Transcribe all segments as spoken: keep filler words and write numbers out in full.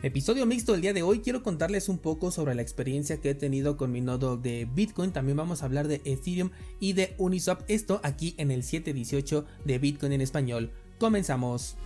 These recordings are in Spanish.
Episodio mixto el día de hoy. Quiero contarles un poco sobre la experiencia que he tenido con mi nodo de Bitcoin. También vamos a hablar de Ethereum y de Uniswap. Esto aquí en el siete dieciocho de Bitcoin en español. Comenzamos.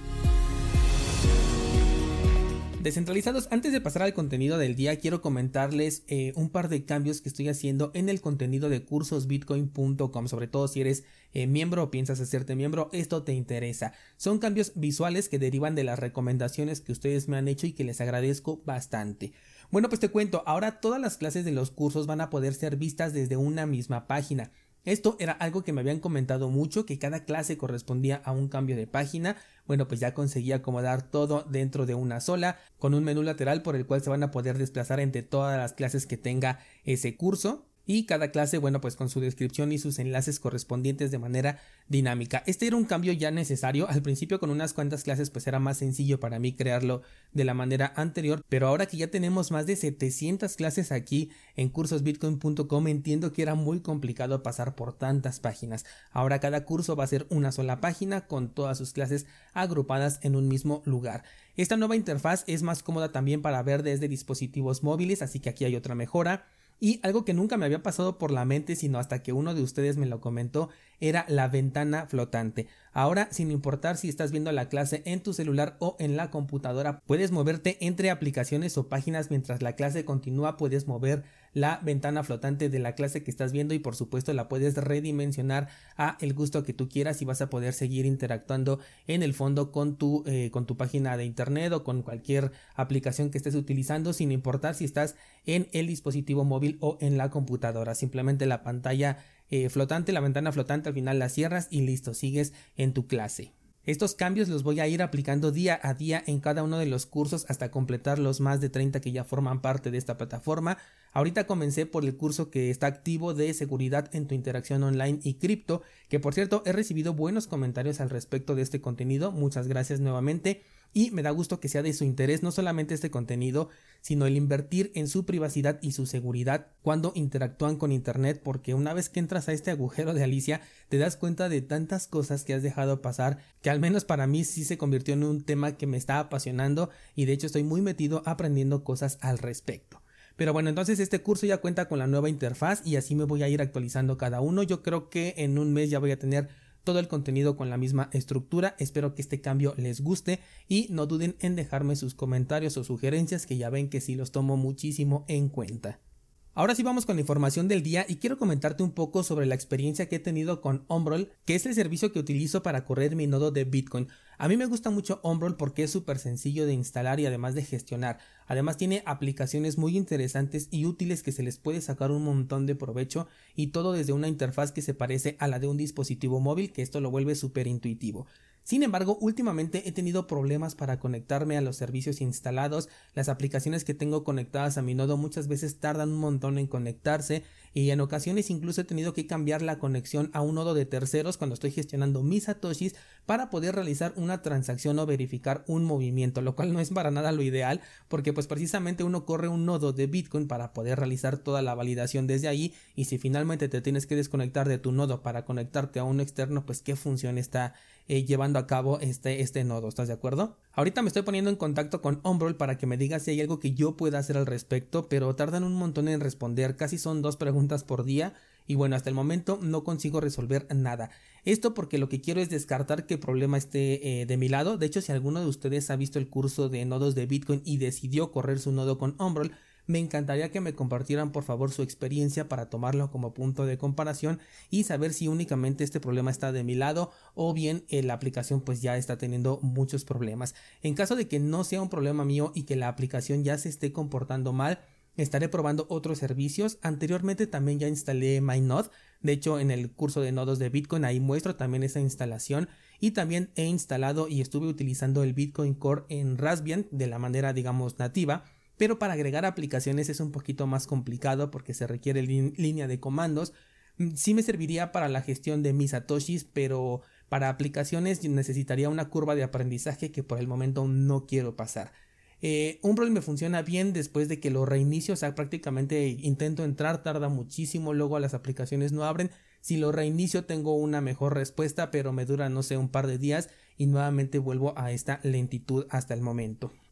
Descentralizados, antes de pasar al contenido del día, quiero comentarles eh, un par de cambios que estoy haciendo en el contenido de cursos bitcoin punto com, sobre todo si eres eh, miembro o piensas hacerte miembro, esto te interesa. Son cambios visuales que derivan de las recomendaciones que ustedes me han hecho y que les agradezco bastante. Bueno, pues te cuento, ahora todas las clases de los cursos van a poder ser vistas desde una misma página. Esto era algo que me habían comentado mucho, que cada clase correspondía a un cambio de página. Bueno, pues ya conseguí acomodar todo dentro de una sola, con un menú lateral por el cual se van a poder desplazar entre todas las clases que tenga ese curso. Y cada clase, bueno, pues con su descripción y sus enlaces correspondientes de manera dinámica. Este era un cambio ya necesario. Al principio con unas cuantas clases pues era más sencillo para mí crearlo de la manera anterior. Pero ahora que ya tenemos más de setecientas clases aquí en cursos bitcoin punto com, entiendo que era muy complicado pasar por tantas páginas. Ahora cada curso va a ser una sola página con todas sus clases agrupadas en un mismo lugar. Esta nueva interfaz es más cómoda también para ver desde dispositivos móviles, así que aquí hay otra mejora. Y algo que nunca me había pasado por la mente, sino hasta que uno de ustedes me lo comentó, era la ventana flotante. Ahora, sin importar si estás viendo la clase en tu celular o en la computadora, puedes moverte entre aplicaciones o páginas mientras la clase continúa. Puedes mover la ventana flotante de la clase que estás viendo y por supuesto la puedes redimensionar a el gusto que tú quieras y vas a poder seguir interactuando en el fondo con tu, eh, con tu página de internet o con cualquier aplicación que estés utilizando, sin importar si estás en el dispositivo móvil o en la computadora. Simplemente la pantalla eh, flotante, la ventana flotante, al final la cierras y listo, sigues en tu clase. Estos cambios los voy a ir aplicando día a día en cada uno de los cursos hasta completar los más de treinta que ya forman parte de esta plataforma. Ahorita comencé por el curso que está activo de seguridad en tu interacción online y cripto, que por cierto he recibido buenos comentarios al respecto de este contenido. Muchas gracias nuevamente. Y me da gusto que sea de su interés no solamente este contenido, sino el invertir en su privacidad y su seguridad cuando interactúan con internet, porque una vez que entras a este agujero de Alicia te das cuenta de tantas cosas que has dejado pasar, que al menos para mí sí se convirtió en un tema que me está apasionando y de hecho estoy muy metido aprendiendo cosas al respecto. Pero bueno, entonces este curso ya cuenta con la nueva interfaz y así me voy a ir actualizando cada uno. Yo creo que en un mes ya voy a tener todo el contenido con la misma estructura. Espero que este cambio les guste y no duden en dejarme sus comentarios o sugerencias, que ya ven que sí los tomo muchísimo en cuenta. Ahora sí vamos con la información del día y quiero comentarte un poco sobre la experiencia que he tenido con Umbrel, que es el servicio que utilizo para correr mi nodo de Bitcoin. A mí me gusta mucho Umbrel porque es súper sencillo de instalar y además de gestionar. Además tiene aplicaciones muy interesantes y útiles que se les puede sacar un montón de provecho, y todo desde una interfaz que se parece a la de un dispositivo móvil, que esto lo vuelve súper intuitivo. Sin embargo, últimamente he tenido problemas para conectarme a los servicios instalados. Las aplicaciones que tengo conectadas a mi nodo muchas veces tardan un montón en conectarse y en ocasiones incluso he tenido que cambiar la conexión a un nodo de terceros cuando estoy gestionando mis satoshis para poder realizar una transacción o verificar un movimiento, lo cual no es para nada lo ideal, porque pues precisamente uno corre un nodo de Bitcoin para poder realizar toda la validación desde ahí, y si finalmente te tienes que desconectar de tu nodo para conectarte a uno externo, pues qué función está eh, llevando a cabo este, este nodo, ¿estás de acuerdo? Ahorita me estoy poniendo en contacto con Umbrel para que me diga si hay algo que yo pueda hacer al respecto, pero tardan un montón en responder, casi son dos preguntas por día y bueno, hasta el momento no consigo resolver nada. Esto porque lo que quiero es descartar que el problema esté eh, de mi lado. De hecho, si alguno de ustedes ha visto el curso de nodos de Bitcoin y decidió correr su nodo con Umbrel, me encantaría que me compartieran por favor su experiencia para tomarlo como punto de comparación y saber si únicamente este problema está de mi lado o bien eh, la aplicación pues ya está teniendo muchos problemas. En caso de que no sea un problema mío y que la aplicación ya se esté comportando mal, estaré probando otros servicios. Anteriormente también ya instalé MyNode. De hecho, en el curso de nodos de Bitcoin ahí muestro también esa instalación, y también he instalado y estuve utilizando el Bitcoin Core en Raspbian de la manera digamos nativa. Pero para agregar aplicaciones es un poquito más complicado porque se requiere línea de comandos. Sí me serviría para la gestión de mis satoshis, pero para aplicaciones necesitaría una curva de aprendizaje que por el momento no quiero pasar. Eh, Umbrel me funciona bien después de que lo reinicio, o sea, prácticamente intento entrar, tarda muchísimo, luego las aplicaciones no abren. Si lo reinicio tengo una mejor respuesta, pero me dura, no sé, un par de días y nuevamente vuelvo a esta lentitud hasta el momento.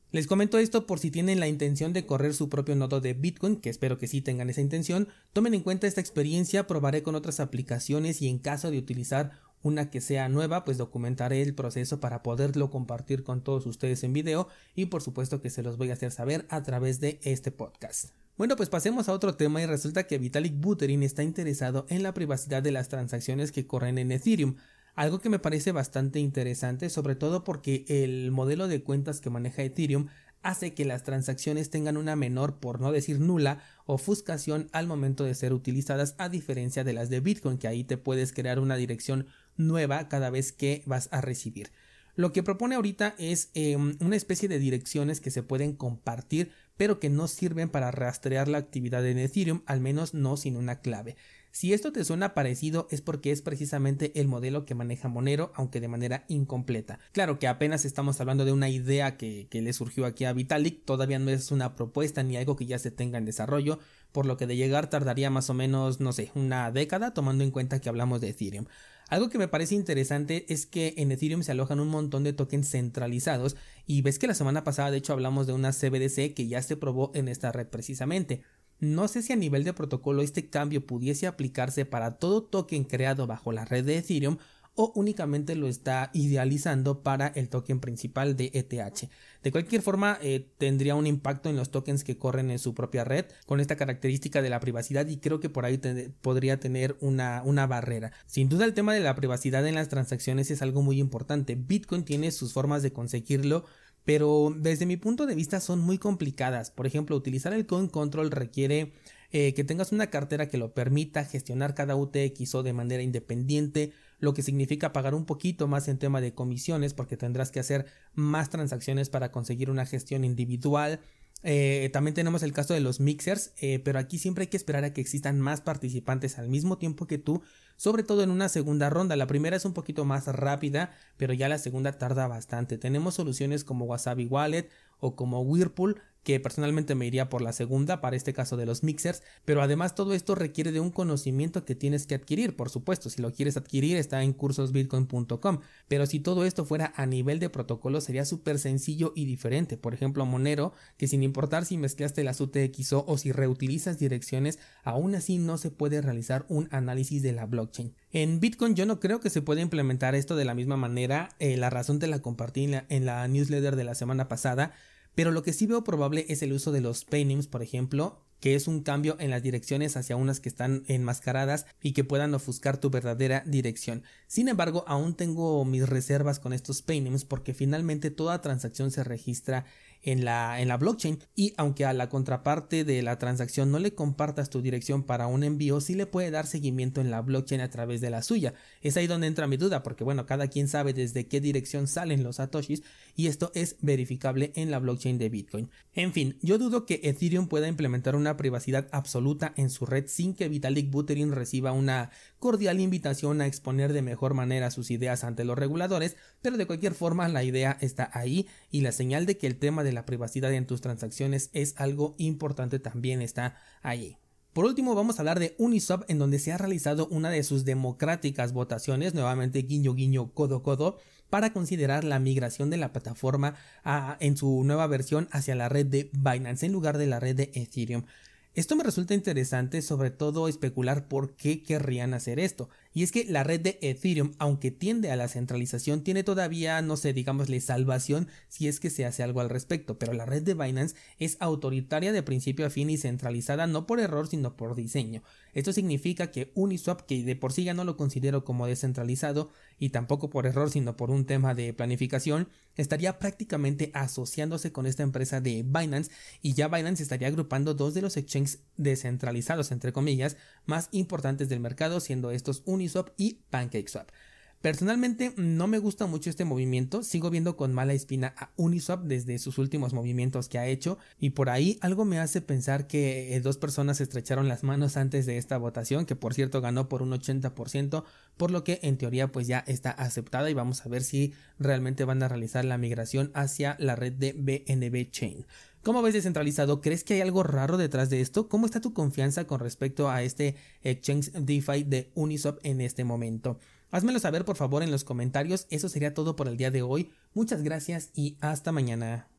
Les comento esto por si tienen la intención de correr su propio nodo de Bitcoin, que espero que sí tengan esa intención. Tomen en cuenta esta experiencia, probaré con otras aplicaciones y en caso de utilizar una que sea nueva, pues documentaré el proceso para poderlo compartir con todos ustedes en video y por supuesto que se los voy a hacer saber a través de este podcast. Bueno, pues pasemos a otro tema y resulta que Vitalik Buterin está interesado en la privacidad de las transacciones que corren en Ethereum. Algo que me parece bastante interesante, sobre todo porque el modelo de cuentas que maneja Ethereum hace que las transacciones tengan una menor, por no decir nula, ofuscación al momento de ser utilizadas, a diferencia de las de Bitcoin, que ahí te puedes crear una dirección nueva cada vez que vas a recibir. Lo que propone ahorita es eh, una especie de direcciones que se pueden compartir, pero que no sirven para rastrear la actividad en Ethereum, al menos no sin una clave. Si esto te suena parecido es porque es precisamente el modelo que maneja Monero, aunque de manera incompleta. Claro que apenas estamos hablando de una idea que, que le surgió aquí a Vitalik, todavía no es una propuesta ni algo que ya se tenga en desarrollo, por lo que de llegar tardaría más o menos, no sé, una década, tomando en cuenta que hablamos de Ethereum. Algo que me parece interesante es que en Ethereum se alojan un montón de tokens centralizados y ves que la semana pasada de hecho hablamos de una C B D C que ya se probó en esta red precisamente. No sé si a nivel de protocolo este cambio pudiese aplicarse para todo token creado bajo la red de Ethereum o únicamente lo está idealizando para el token principal de E T H. De cualquier forma, eh, tendría un impacto en los tokens que corren en su propia red con esta característica de la privacidad y creo que por ahí te, podría tener una, una barrera. Sin duda el tema de la privacidad en las transacciones es algo muy importante. Bitcoin tiene sus formas de conseguirlo, pero desde mi punto de vista son muy complicadas. Por ejemplo, utilizar el Coin Control requiere eh, que tengas una cartera que lo permita gestionar cada U T X O de manera independiente, lo que significa pagar un poquito más en tema de comisiones porque tendrás que hacer más transacciones para conseguir una gestión individual. Eh, también tenemos el caso de los mixers, eh, pero aquí siempre hay que esperar a que existan más participantes al mismo tiempo que tú, sobre todo en una segunda ronda. La primera es un poquito más rápida, pero ya la segunda tarda bastante. Tenemos soluciones como Wasabi Wallet o como Whirlpool, que personalmente me iría por la segunda para este caso de los mixers, pero además todo esto requiere de un conocimiento que tienes que adquirir. Por supuesto, si lo quieres adquirir está en cursos bitcoin punto com, pero si todo esto fuera a nivel de protocolo sería súper sencillo y diferente. Por ejemplo, Monero, que sin importar si mezclaste las U T X O o si reutilizas direcciones, aún así no se puede realizar un análisis de la blockchain. En Bitcoin yo no creo que se pueda implementar esto de la misma manera, eh, la razón te la compartí en la, en la newsletter de la semana pasada, pero lo que sí veo probable es el uso de los paynames, por ejemplo, que es un cambio en las direcciones hacia unas que están enmascaradas y que puedan ofuscar tu verdadera dirección. Sin embargo, aún tengo mis reservas con estos paynames porque finalmente toda transacción se registra en la, en la blockchain y aunque a la contraparte de la transacción no le compartas tu dirección para un envío, sí le puede dar seguimiento en la blockchain a través de la suya. Es ahí donde entra mi duda porque bueno, cada quien sabe desde qué dirección salen los satoshis y esto es verificable en la blockchain de Bitcoin. En fin, yo dudo que Ethereum pueda implementar una privacidad absoluta en su red sin que Vitalik Buterin reciba una cordial invitación a exponer de mejor manera sus ideas ante los reguladores, pero de cualquier forma la idea está ahí y la señal de que el tema de la privacidad en tus transacciones es algo importante también está ahí. Por último vamos a hablar de Uniswap, en donde se ha realizado una de sus democráticas votaciones, nuevamente guiño guiño codo codo, para considerar la migración de la plataforma a, en su nueva versión hacia la red de Binance en lugar de la red de Ethereum. Esto me resulta interesante, sobre todo especular por qué querrían hacer esto. Y es que la red de Ethereum, aunque tiende a la centralización, tiene todavía, no sé, digámosle salvación si es que se hace algo al respecto. Pero la red de Binance es autoritaria de principio a fin y centralizada no por error sino por diseño. Esto significa que Uniswap, que de por sí ya no lo considero como descentralizado y tampoco por error sino por un tema de planificación, estaría prácticamente asociándose con esta empresa de Binance y ya Binance estaría agrupando dos de los exchanges descentralizados entre comillas más importantes del mercado, siendo estos Uniswap y PancakeSwap. Personalmente no me gusta mucho este movimiento, sigo viendo con mala espina a Uniswap desde sus últimos movimientos que ha hecho y por ahí algo me hace pensar que eh, dos personas se estrecharon las manos antes de esta votación, que por cierto ganó por un ochenta por ciento, por lo que en teoría pues ya está aceptada y vamos a ver si realmente van a realizar la migración hacia la red de B N B Chain. ¿Cómo ves descentralizado? ¿Crees que hay algo raro detrás de esto? ¿Cómo está tu confianza con respecto a este exchange DeFi de Uniswap en este momento? Házmelo saber por favor en los comentarios. Eso sería todo por el día de hoy. Muchas gracias y hasta mañana.